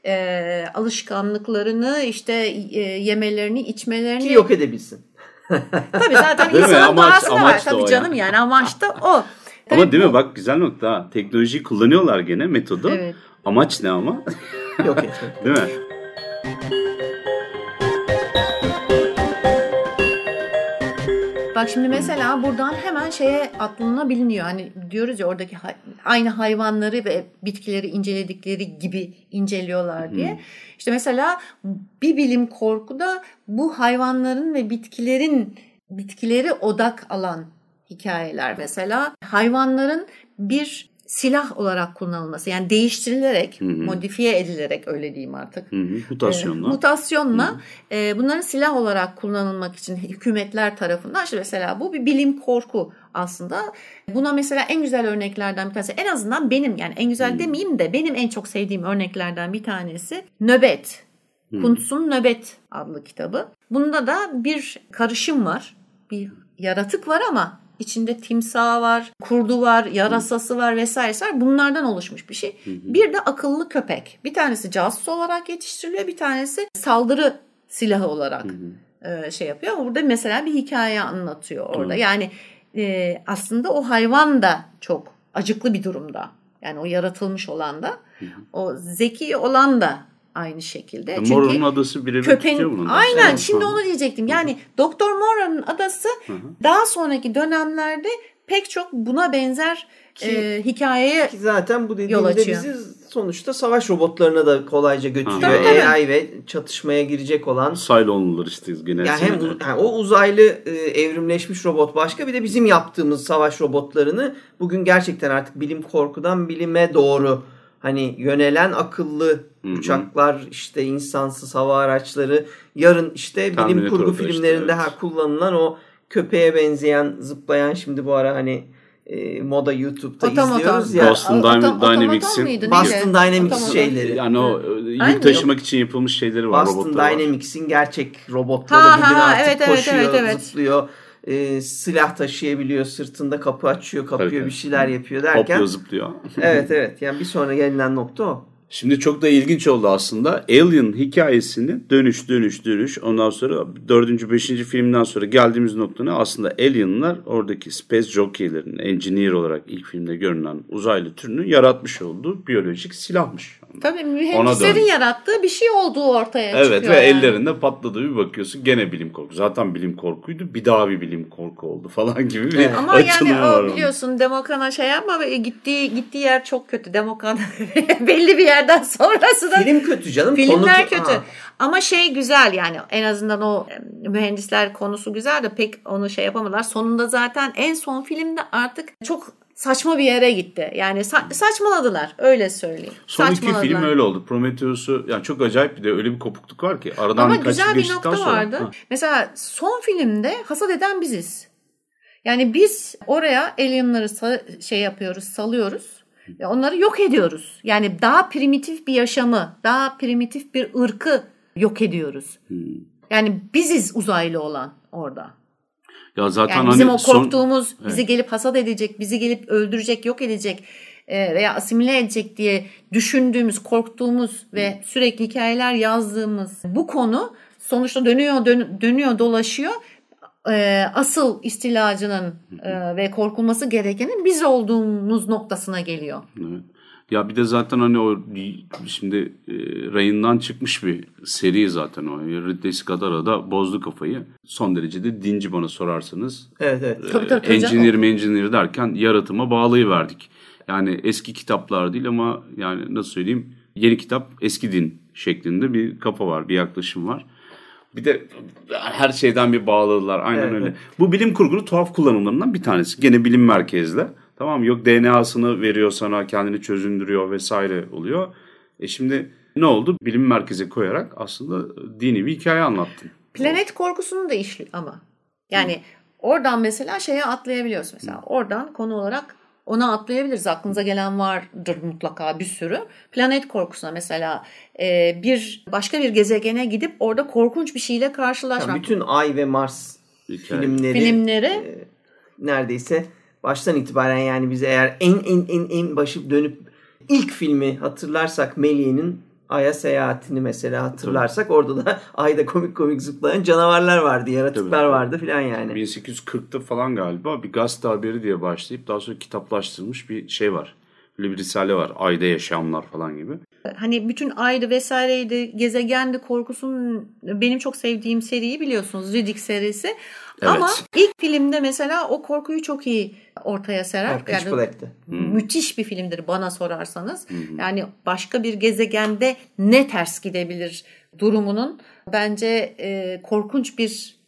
Alışkanlıklarını, işte yemelerini, içmelerini.
Ki yok edebilsin.
Tabii zaten insanın doğası var. Tabii canım yani amaç da o. Tabii
ama değil mi? Bak güzel nokta. Teknolojiyi kullanıyorlar gene, metodu. Evet. Amaç ne ama?
Yok etmek.
Değil mi?
Bak şimdi mesela buradan hemen şeye aklına biliniyor. Hani diyoruz ya oradaki aynı hayvanları ve bitkileri inceledikleri gibi inceliyorlar diye. İşte mesela bir bilim korkuda bu hayvanların ve bitkileri odak alan hikayeler. Mesela hayvanların bir silah olarak kullanılması, yani değiştirilerek, modifiye edilerek, öyle diyeyim artık. Mutasyonla bunların silah olarak kullanılmak için hükümetler tarafından, işte mesela bu bir bilim korku aslında. Buna mesela en güzel örneklerden bir tanesi, en azından benim, yani en güzel demeyeyim de benim en çok sevdiğim örneklerden bir tanesi Nöbet. Kuntz'un Nöbet adlı kitabı. Bunda da bir karışım var. Bir yaratık var ama İçinde timsah var, kurdu var, yarasası var vesairesi var. Bunlardan oluşmuş bir şey. Bir de akıllı köpek. Bir tanesi casus olarak yetiştiriliyor, bir tanesi saldırı silahı olarak şey yapıyor. Ama burada mesela bir hikaye anlatıyor orada. Yani aslında o hayvan da çok acıklı bir durumda. Yani o yaratılmış olan da, o zeki olan da aynı şekilde.
Mora'nın adası birebir tutuyor mu?
Aynen, şimdi onu diyecektim. Yani Doktor Mora'nın adası daha sonraki dönemlerde pek çok buna benzer hikayeye
ki zaten bu dediğimde bizi sonuçta savaş robotlarına da kolayca götürüyor. AI ve çatışmaya girecek olan
Cylonlular işte genel.
Yani hem o uzaylı evrimleşmiş robot başka, bir de bizim yaptığımız savaş robotlarını bugün gerçekten artık bilim korkudan bilime doğru hani yönelen akıllı uçaklar, işte insansız hava araçları, yarın işte bilim kurgu filmlerinde kullanılan o köpeğe benzeyen, zıplayan, şimdi bu ara hani moda YouTube'da izliyoruz ya.
Boston Dynamics'in
Boston Dynamics şeyleri.
Yani o yük taşımak için yapılmış şeyleri var.
Boston Dynamics'in gerçek robotları bugün artık koşuyor, zıplıyor. Silah taşıyabiliyor, sırtında kapı açıyor, kapıyor, bir şeyler yapıyor derken.
Hopluyor, zıplıyor.
Evet. Yani bir sonra gelinen nokta o.
Şimdi çok da ilginç oldu aslında. Alien hikayesini dönüş ondan sonra 4. 5. filmden sonra geldiğimiz noktada aslında Alien'lar oradaki Space Jockey'lerin engineer olarak ilk filmde görünen uzaylı türünü yaratmış olduğu biyolojik silahmış.
Tabii mühendislerin yarattığı bir şey olduğu ortaya çıkıyor.
Evet ve ellerinde patladığı bir bakıyorsun gene bilim korku. Zaten bilim korkuydu, bir daha bir bilim korku oldu falan gibi bir
ama
açılım
yani
var.
Ama biliyorsun Demokan'a şey yapma, gittiği yer çok kötü. Demokan belli bir yerden sonrası da
film kötü canım.
Filmler kötü. Ama şey güzel yani, en azından o mühendisler konusu güzel de pek onu şey yapamadılar. Sonunda zaten en son filmde artık çok saçma bir yere gitti. Yani saçmaladılar, öyle söyleyeyim.
Son iki film öyle oldu. Prometheus'u yani çok acayip, bir de öyle bir kopukluk var ki aradan
ama
kaç
güzel bir nokta
sonra
vardı. Mesela son filmde hasat eden biziz. Yani biz oraya alienları salıyoruz. Ve onları yok ediyoruz. Yani daha primitif bir yaşamı, daha primitif bir ırkı yok ediyoruz. Yani biziz uzaylı olan orada.
Ya zaten
yani bizim o korktuğumuz, bizi gelip hasat edecek, bizi gelip öldürecek, yok edecek veya asimile edecek diye düşündüğümüz, korktuğumuz ve sürekli hikayeler yazdığımız bu konu sonuçta dönüyor, dolaşıyor. Asıl istilacının ve korkulması gerekenin biz olduğumuz noktasına geliyor.
Evet. Ya bir de zaten hani o şimdi rayından çıkmış bir seri zaten o. Ridley Scott arada bozdu kafayı. Son derece dinci bana sorarsanız.
Evet.
Tabii,
engineer derken yaratıma bağlayıverdik. Yani eski kitaplar değil ama yani nasıl söyleyeyim, yeni kitap eski din şeklinde bir kafa var, bir yaklaşım var. Bir de her şeyden bir bağladılar. Aynen öyle. Bu bilim kurgunun tuhaf kullanımlarından bir tanesi. Gene bilim merkezli. Tamam mı? Yok DNA'sını veriyor sana, kendini çözündürüyor vesaire oluyor. Şimdi ne oldu? Bilim merkeze koyarak aslında dini bir hikaye anlattın.
Planet korkusunu da işliyor ama. Yani oradan mesela şeye atlayabiliyoruz. Mesela oradan konu olarak ona atlayabiliriz. Aklınıza gelen vardır mutlaka bir sürü. Planet korkusuna mesela başka bir gezegene gidip orada korkunç bir şeyle karşılaşmak.
Yani bütün Ay ve Mars filmleri neredeyse baştan itibaren, yani bize eğer en başı dönüp ilk filmi hatırlarsak, Meliye'nin Ay'a seyahatini mesela hatırlarsak, orada da Ay'da komik zıplayan canavarlar vardı, yaratıklar vardı filan yani.
1840'ta falan galiba bir gazete haberi diye başlayıp daha sonra kitaplaştırılmış bir şey var. Böyle bir risale var. Ay'da yaşamlar falan gibi.
Hani bütün Ay'dı vesaireydi, gezegendi korkusunun benim çok sevdiğim seriyi biliyorsunuz. Riddick serisi. Evet. Ama ilk filmde mesela o korkuyu çok iyi ortaya serer. Yani müthiş bir filmdir bana sorarsanız. Yani başka bir gezegende ne ters gidebilir durumunun bence korkunç bir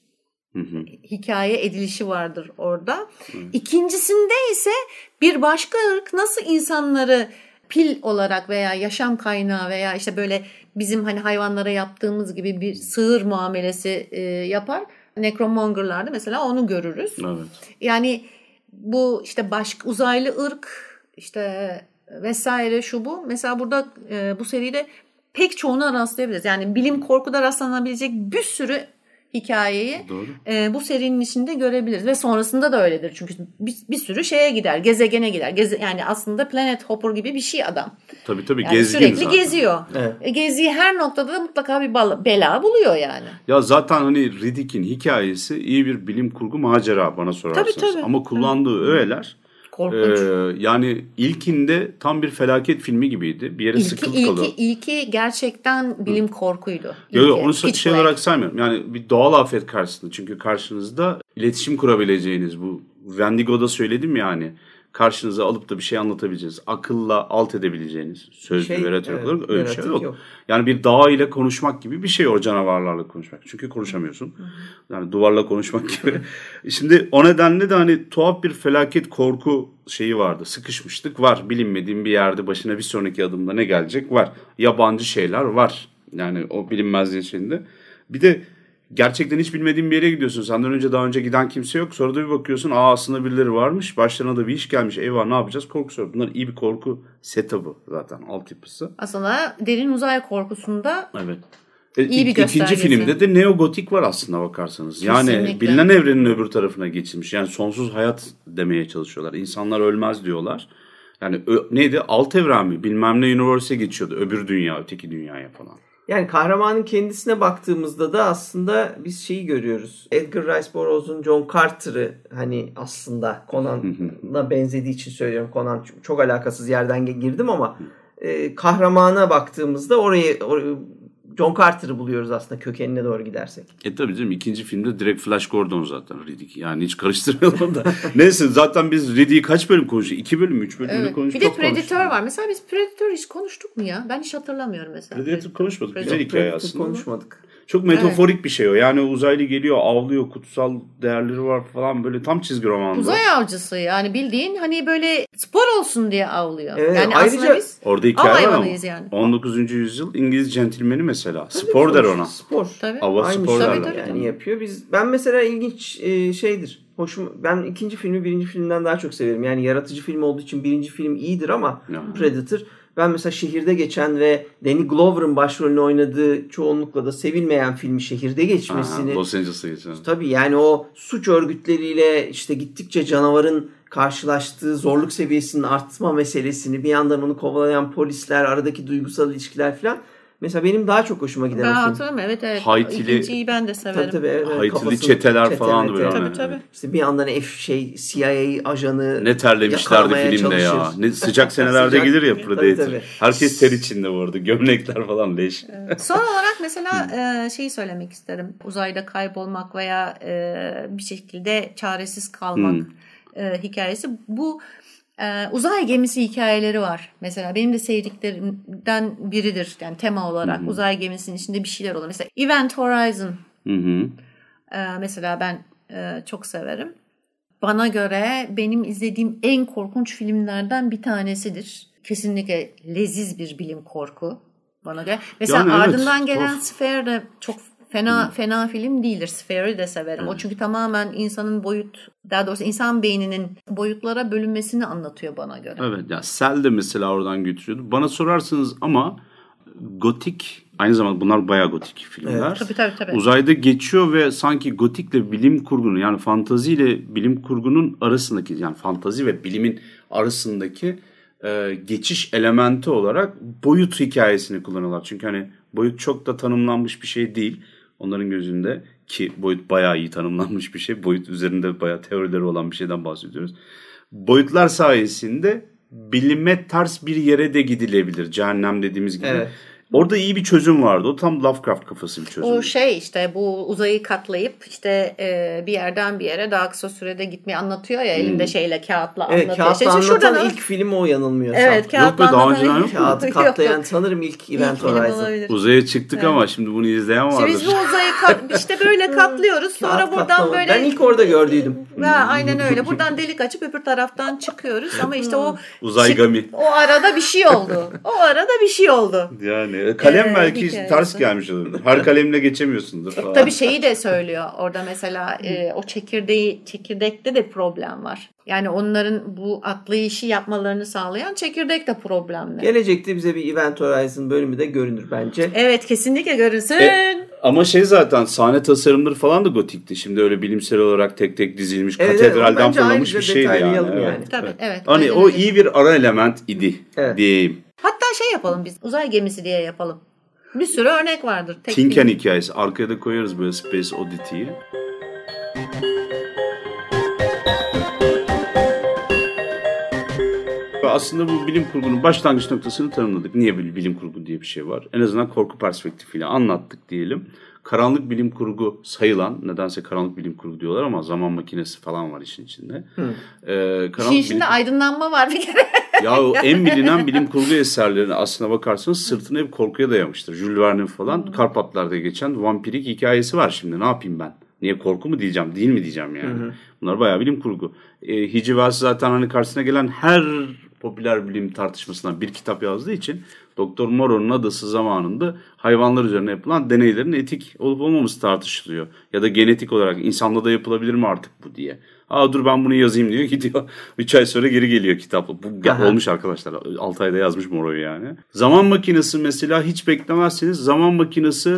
hikaye edilişi vardır orada. İkincisinde ise bir başka ırk nasıl insanları pil olarak veya yaşam kaynağı veya işte böyle bizim hani hayvanlara yaptığımız gibi bir sığır muamelesi yapar. Necromonger'larda mesela onu görürüz.
Evet.
Yani bu işte başka uzaylı ırk işte vesaire şu bu. Mesela burada bu seride pek çoğuna rastlayabiliriz. Yani bilim korkuda rastlanabilecek bir sürü hikayeyi bu serinin içinde görebiliriz. Ve sonrasında da öyledir. Çünkü bir sürü şeye gider. Gezegene gider. Yani aslında Planet Hopper gibi bir şey adam.
Tabii
yani sürekli zaten geziyor.
Evet.
Gezdiği her noktada da mutlaka bir bela buluyor yani.
Ya zaten hani Riddick'in hikayesi iyi bir bilim kurgu macera bana sorarsanız.
Tabii.
Ama kullandığı öğeler
korkunç.
Yani ilkinde tam bir felaket filmi gibiydi. Bir yere sıkılıp kalıyor.
İlki gerçekten bilim korkuydu.
Yok onu şey olarak saymıyorum. Yani bir doğal afet karşısında. Çünkü karşınızda iletişim kurabileceğiniz, bu Wendigo'da söyledim yani. Karşınıza alıp da bir şey anlatabileceğiniz, akılla alt edebileceğiniz, sözlü ve retorik olarak öyle bir şey yok. Yani bir dağ ile konuşmak gibi bir şey o canavarlarla konuşmak. Çünkü konuşamıyorsun. Yani duvarla konuşmak gibi. Şimdi o nedenle de hani tuhaf bir felaket korku şeyi vardı. Sıkışmışlık var. Bilinmediğin bir yerde başına bir sonraki adımda ne gelecek var. Yabancı şeyler var. Yani o bilinmezliğin içinde. Bir de gerçekten hiç bilmediğin bir yere gidiyorsun. Senden önce daha önce giden kimse yok. Sonra da bir bakıyorsun aslında birileri varmış. Başlarına da bir iş gelmiş. Eyvah ne yapacağız? Korku soru. Bunlar iyi bir korku setup'ı zaten altyapısı.
Aslında derin uzay korkusunda
evet.
İyi bir göstergesi.
İkinci filmde de neogotik var aslında bakarsanız. Yani kesinlikle. Bilinen evrenin öbür tarafına geçilmiş. Yani sonsuz hayat demeye çalışıyorlar. İnsanlar ölmez diyorlar. Yani neydi? Alt evren mi? Bilmem ne universe'e geçiyordu. Öbür dünya, öteki dünyaya falan.
Yani kahramanın kendisine baktığımızda da aslında biz şeyi görüyoruz. Edgar Rice Burroughs'un John Carter'ı hani aslında Conan'a benzediği için söylüyorum. Conan çok alakasız yerden girdim ama kahramana baktığımızda orayı John Carter'ı buluyoruz aslında kökenine doğru gidersek.
Tabii canım ikinci filmde direkt Flash Gordon zaten Riddick. Yani hiç karıştırmayalım da. Neyse zaten biz Riddick'i kaç bölüm konuştuk? 2 bölüm, 3 bölüm
evet.
konuştuk.
Bir de Predator var. Mesela biz Predator hiç konuştuk mu ya? Ben hiç hatırlamıyorum mesela.
Predator konuşmadık. Güzel hikaye aslında.
Konuşmadık.
Çok metaforik bir şey o. Yani uzaylı geliyor, avlıyor, kutsal değerleri var falan böyle tam çizgi romandı.
Uzay avcısı yani bildiğin hani böyle spor olsun diye avlıyor.
Evet,
yani
ayrıca
aslında biz
orada hikaye var ama
yani.
19. yüzyıl İngiliz centilmeni mesela. Spor der ona.
Spor.
Tabii.
Ava spor derler.
Yani yapıyor. Ben mesela ilginç şeydir. Ben ikinci filmi birinci filmden daha çok severim. Yani yaratıcı film olduğu için birinci film iyidir ama Predator. Ben mesela şehirde geçen ve Danny Glover'ın başrolünü oynadığı çoğunlukla da sevilmeyen filmi şehirde geçmesini.
Los Angeles'a geçen.
Tabii yani o suç örgütleriyle işte gittikçe canavarın karşılaştığı zorluk seviyesinin artma meselesini bir yandan onu kovalayan polisler, aradaki duygusal ilişkiler falan. Mesela benim daha çok hoşuma giden
ben
o film.
Hatırlamıyorum. Evet.
Haitili,
İkinciyi ben de severim.
Tabii, evet,
Haitili çeteler falan
böyle.
Tabii.
İşte bir yandan CIA ajanı
ne terlemişlerdi filmde ya. Ne sıcak senelerde gelir ya Predator. Tabii. Herkes ter içinde bu arada. Gömlekler falan leş.
Son olarak mesela şeyi söylemek isterim. Uzayda kaybolmak veya bir şekilde çaresiz kalmak hikayesi. Bu uzay gemisi hikayeleri var. Mesela benim de sevdiklerimden biridir. Yani tema olarak uzay gemisinin içinde bir şeyler olur. Mesela Event Horizon. Mesela ben çok severim. Bana göre benim izlediğim en korkunç filmlerden bir tanesidir. Kesinlikle leziz bir bilim korku bana göre. Mesela yani ardından gelen Sphere de çok fena film değildir. Sphere'i de severim. Evet. O çünkü tamamen insanın daha doğrusu insan beyninin boyutlara bölünmesini anlatıyor bana göre.
Evet ya Cell de mesela oradan götürüyordu. Bana sorarsınız ama gotik aynı zamanda bunlar bayağı gotik filmler.
Evet. Tabii.
Uzayda geçiyor ve sanki gotikle bilim kurgunun yani fantaziyle bilim kurgunun arasındaki yani fantazi ve bilimin arasındaki geçiş elementi olarak boyut hikayesini kullanıyorlar. Çünkü hani boyut çok da tanımlanmış bir şey değil. Onların gözünde ki boyut bayağı iyi tanımlanmış bir şey. Boyut üzerinde bayağı teorileri olan bir şeyden bahsediyoruz. Boyutlar sayesinde bilime ters bir yere de gidilebilir. Cehennem dediğimiz gibi. Evet. Orada iyi bir çözüm vardı. O tam Lovecraft kafası bir çözüm.
O işte bu uzayı katlayıp işte bir yerden bir yere daha kısa sürede gitmeyi anlatıyor ya elinde şeyle kağıtla anlatıyor.
Evet kağıtla anlatan ilk film o yanılmıyorsam.
Evet kağıtla anlatan
ilk
kağıdı katlayan sanırım ilk Event Horizon.
Uzaya çıktık ama şimdi bunu izleyen vardır.
Biz bu uzayı işte böyle katlıyoruz sonra buradan böyle.
Ben ilk orada gördüydüm.
Aynen öyle. Buradan delik açıp öbür taraftan çıkıyoruz ama işte o
uzay gami.
O arada bir şey oldu.
Yani kalem belki ters gelmiş olabilir. Her kalemle geçemiyorsundur falan.
Tabii şeyi de söylüyor. Orada mesela o çekirdekte de problem var. Yani onların bu atlayışı yapmalarını sağlayan çekirdek de problemli.
Gelecekte bize bir Event Horizon bölümü de görünür bence.
Evet kesinlikle görünsün.
Ama zaten sahne tasarımları falan da gotikti. Şimdi öyle bilimsel olarak tek tek dizilmiş katedralden fırlamış bir şeydi yani.
Tabii evet.
Hani o iyi bir ara element idi diyeyim.
Hatta yapalım biz. Uzay gemisi diye yapalım. Bir sürü örnek vardır.
Tinken hikayesi. Arkaya da koyarız böyle Space Oddity'yi. Aslında bu bilim kurgunun başlangıç noktasını tanımladık. Niye bir bilim kurgu diye bir şey var? En azından korku perspektifiyle anlattık diyelim. Karanlık bilim kurgu sayılan, nedense karanlık bilim kurgu diyorlar ama zaman makinesi falan var işin içinde.
İşin içinde aydınlanma var bir kere.
Ya o en bilinen bilim kurgu eserlerine aslına bakarsanız sırtını hep korkuya dayamıştır. Jules Verne'in falan Karpatlar'da geçen vampirik hikayesi var şimdi. Ne yapayım ben? Niye korku mu diyeceğim, değil mi diyeceğim yani. Bunlar bayağı bilim kurgu. H.G. Wells zaten hani karşısına gelen her popüler bilim tartışmasından bir kitap yazdığı için Doktor Moreau'nun adası zamanında hayvanlar üzerine yapılan deneylerin etik olup olmaması tartışılıyor. Ya da genetik olarak insanda da yapılabilir mi artık bu diye. Dur ben bunu yazayım diyor, gidiyor. 3 ay sonra geri geliyor kitap. Bu olmuş arkadaşlar. 6 ayda yazmış Moreau yani. Zaman makinesi mesela hiç beklemezseniz zaman makinesi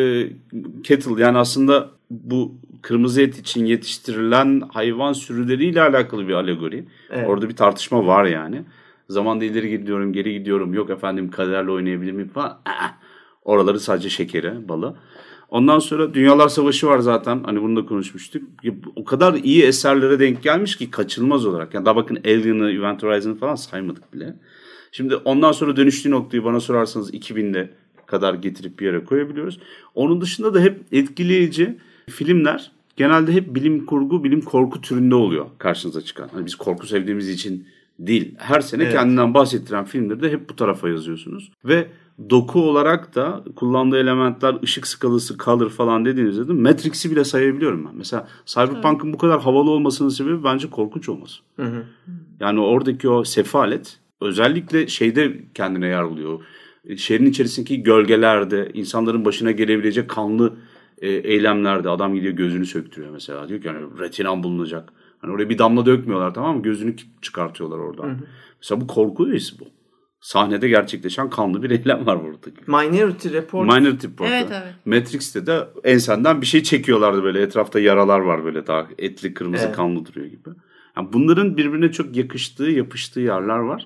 cattle yani aslında bu kırmızı et için yetiştirilen hayvan sürüleriyle alakalı bir alegori. Evet. Orada bir tartışma var yani. Zamanda ileri gidiyorum, geri gidiyorum. Yok efendim kaderle oynayabilir miyim falan. Oraları sadece şekeri, balı. Ondan sonra Dünyalar Savaşı var zaten. Hani bunu da konuşmuştuk. O kadar iyi eserlere denk gelmiş ki kaçınılmaz olarak. Yani daha bakın Alien'ı, Event Horizon'ı falan saymadık bile. Şimdi ondan sonra dönüştüğü noktayı bana sorarsanız 2000'de kadar getirip bir yere koyabiliyoruz. Onun dışında da hep etkileyici filmler genelde hep bilim kurgu, bilim korku türünde oluyor karşınıza çıkan. Hani biz korku sevdiğimiz için değil. Her sene kendinden bahsettiren filmleri de hep bu tarafa yazıyorsunuz. Ve doku olarak da kullandığı elementler, ışık skalası, color falan dediğinizde de Matrix'i bile sayabiliyorum ben. Mesela Cyberpunk'ın bu kadar havalı olmasının sebebi bence korkunç olması. Hı. Yani oradaki o sefalet özellikle şeyde kendine yer buluyor. Şehrin içerisindeki gölgelerde, insanların başına gelebilecek kanlı eylemlerde adam gidiyor gözünü söktürüyor mesela. Diyor ki yani retinan bulunacak. Hani oraya bir damla dökmüyorlar, tamam mı? Gözünü çıkartıyorlar oradan. Hı. Mesela bu korku öğesi bu. Sahnede gerçekleşen kanlı bir eylem var burada.
Minority Report.
Evet.
Matrix'te de ensenden bir şey çekiyorlardı böyle. Etrafta yaralar var böyle daha etli, kırmızı, kanlı duruyor gibi. Yani bunların birbirine çok yakıştığı, yapıştığı yerler var.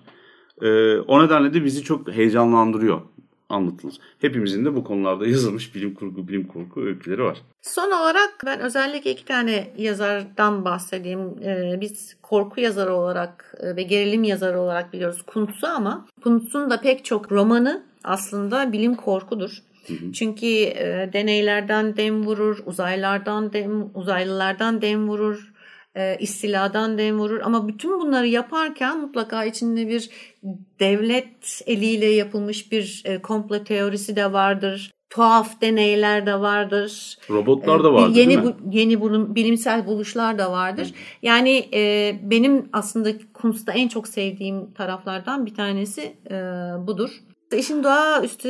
O nedenle de bizi çok heyecanlandırıyor anlatılır. Hepimizin de bu konularda yazılmış bilim kurgu, bilim korku öyküleri var.
Son olarak ben özellikle 2 tane yazardan bahsedeyim. Biz korku yazarı olarak ve gerilim yazarı olarak biliyoruz Kuntz'u ama Kuntz'un da pek çok romanı aslında bilim korkudur. Hı. Çünkü deneylerden dem vurur, uzaylılardan dem vurur. İstiladan dem vurur ama bütün bunları yaparken mutlaka içinde bir devlet eliyle yapılmış bir komplo teorisi de vardır. Tuhaf deneyler de vardır.
Robotlar da vardır
yeni bilimsel buluşlar da vardır. Yani benim aslında Kuntz'ta en çok sevdiğim taraflardan bir tanesi budur. İşin doğaüstü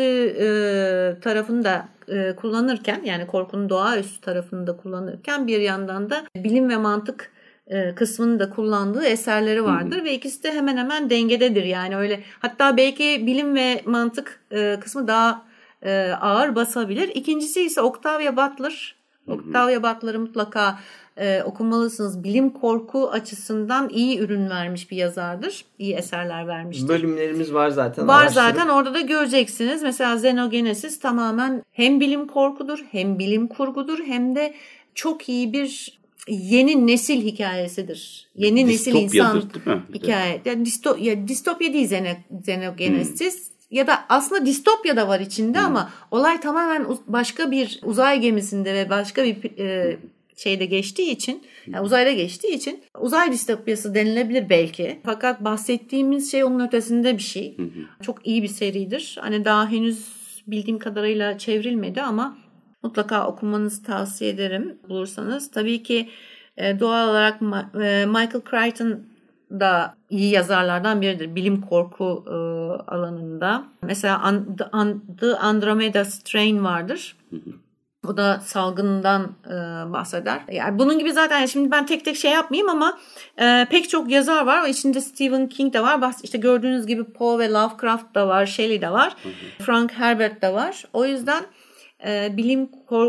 tarafını da kullanırken yani korkunun doğaüstü tarafını da kullanırken bir yandan da bilim ve mantık kısmını da kullandığı eserleri vardır ve ikisi de hemen hemen dengededir yani öyle hatta belki bilim ve mantık kısmı daha ağır basabilir. İkincisi ise Octavia Butler. Octavia Butler'ı mutlaka okumalısınız. Bilim korku açısından iyi ürün vermiş bir yazardır. İyi eserler vermiştir.
Bölümlerimiz var zaten.
Var zaten orada da göreceksiniz. Mesela Xenogenesis tamamen hem bilim korkudur hem bilim kurgudur hem de çok iyi bir yeni nesil hikayesidir. Yeni nesil insan hikaye. Yani distopya değil Xenogenesis. Ya da aslında distopya da var içinde ama olay tamamen başka bir uzay gemisinde ve başka bir şeyde geçtiği için, yani uzayda geçtiği için uzay distopyası denilebilir belki. Fakat bahsettiğimiz şey onun ötesinde bir şey. Çok iyi bir seridir. Hani daha henüz bildiğim kadarıyla çevrilmedi ama mutlaka okumanızı tavsiye ederim bulursanız. Tabii ki doğal olarak Michael Crichton da iyi yazarlardan biridir. Bilim korku alanında. Mesela The Andromeda Strain vardır. O da salgından bahseder. Yani bunun gibi zaten şimdi ben tek tek şey yapmayayım ama pek çok yazar var. İçinde Stephen King de var. İşte gördüğünüz gibi Poe ve Lovecraft da var. Shelley de var. Frank Herbert de var. O yüzden bilim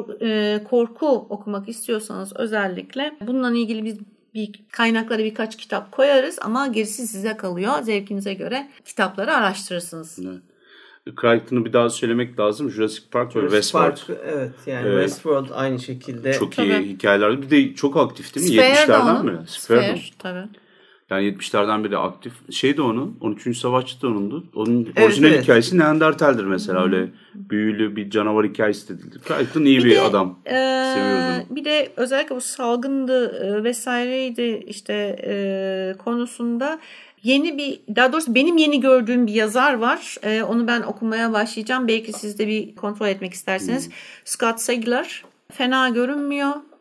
korku okumak istiyorsanız özellikle bununla ilgili biz kaynaklara birkaç kitap koyarız ama gerisi size kalıyor. Zevkinize göre kitapları araştırırsınız.
Evet. Crichton'u bir daha söylemek lazım. Jurassic Park ve Westworld.
Evet yani Westworld aynı şekilde.
Çok iyi hikayeler. Bir de çok aktif değil mi? 70'lerden beri.
Sphere tabii.
Yani 70'lerden beri aktif. Şey de onun, 13. Savaşçı da onundu. Onun orijinal hikayesi Neandertal'dir mesela. Öyle büyülü bir canavar hikayesi de değildir. Crichton iyi bir adam. Seviyoruz onu.
Bir de özellikle bu salgındı vesaireydi işte konusunda daha doğrusu benim yeni gördüğüm bir yazar var. Onu ben okumaya başlayacağım. Belki siz de bir kontrol etmek isterseniz. Scott Sigler. Fena görünmüyor.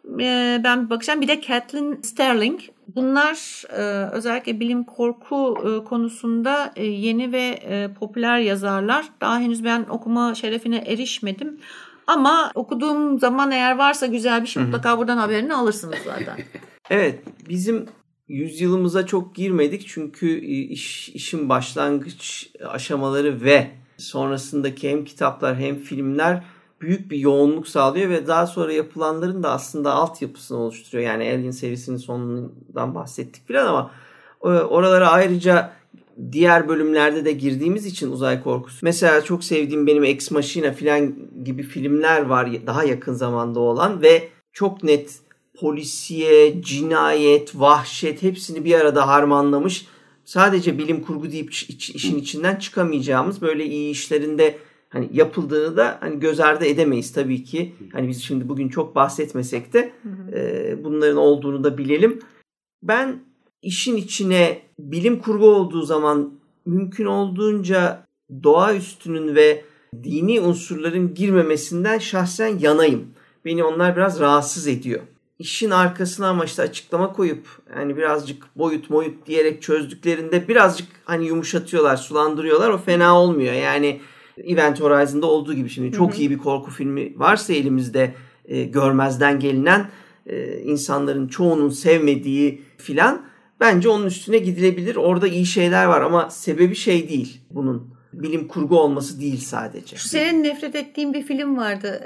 Ben bir bakacağım. Bir de Kathleen Sterling. Bunlar özellikle bilim korku konusunda yeni ve popüler yazarlar. Daha henüz ben okuma şerefine erişmedim. Ama okuduğum zaman eğer varsa güzel bir şey mutlaka buradan haberini alırsınız zaten.
Evet, bizim yüzyılımıza çok girmedik çünkü işin başlangıç aşamaları ve sonrasındaki hem kitaplar hem filmler büyük bir yoğunluk sağlıyor ve daha sonra yapılanların da aslında altyapısını oluşturuyor. Yani Alien serisinin sonundan bahsettik falan ama oralara ayrıca diğer bölümlerde de girdiğimiz için uzay korkusu. Mesela çok sevdiğim benim Ex Machina falan gibi filmler var daha yakın zamanda olan ve çok net polisiye, cinayet, vahşet hepsini bir arada harmanlamış. Sadece bilim kurgu deyip işin içinden çıkamayacağımız böyle iyi işlerinde hani yapıldığını da hani göz ardı edemeyiz tabii ki. Hani biz şimdi bugün çok bahsetmesek de bunların olduğunu da bilelim. Ben işin içine bilim kurgu olduğu zaman mümkün olduğunca doğaüstünün ve dini unsurların girmemesinden şahsen yanayım. Beni onlar biraz rahatsız ediyor. İşin arkasına ama işte açıklama koyup yani birazcık boyut diyerek çözdüklerinde birazcık hani yumuşatıyorlar, sulandırıyorlar. O fena olmuyor. Yani Event Horizon'da olduğu gibi şimdi çok iyi bir korku filmi varsa elimizde görmezden gelinen insanların çoğunun sevmediği filan bence onun üstüne gidilebilir. Orada iyi şeyler var ama sebebi şey değil bunun. Bilim kurgu olması değil sadece.
Senin nefret ettiğin bir film vardı.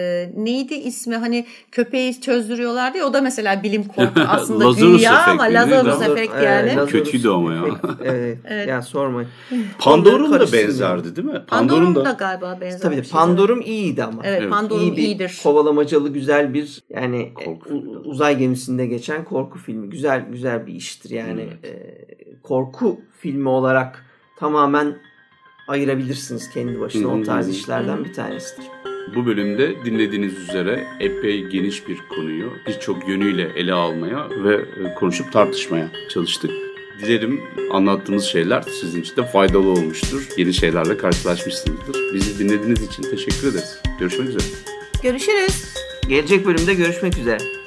Neydi ismi? Hani köpeği çözdürüyorlardı ya. O da mesela bilim korku aslında güya ama Lazarus Effect yani.
Lazarus kötüydü ama ya.
Evet. Ya sormayın.
Pandorum da benzerdi değil mi?
Pandorum da galiba benzer.
Tabii Pandorum iyiydi ama.
Evet, Pandorum
iyidir. Kovalamacalı güzel bir yani uzay gemisinde geçen korku filmi. Güzel bir iştir yani. Korku filmi olarak tamamen ayırabilirsiniz kendi başına. O tarz işlerden bir tanesidir.
Bu bölümde dinlediğiniz üzere epey geniş bir konuyu birçok yönüyle ele almaya ve konuşup tartışmaya çalıştık. Dilerim anlattığımız şeyler sizin için de faydalı olmuştur. Yeni şeylerle karşılaşmışsınızdır. Bizi dinlediğiniz için teşekkür ederiz. Görüşmek üzere.
Görüşürüz.
Gelecek bölümde görüşmek üzere.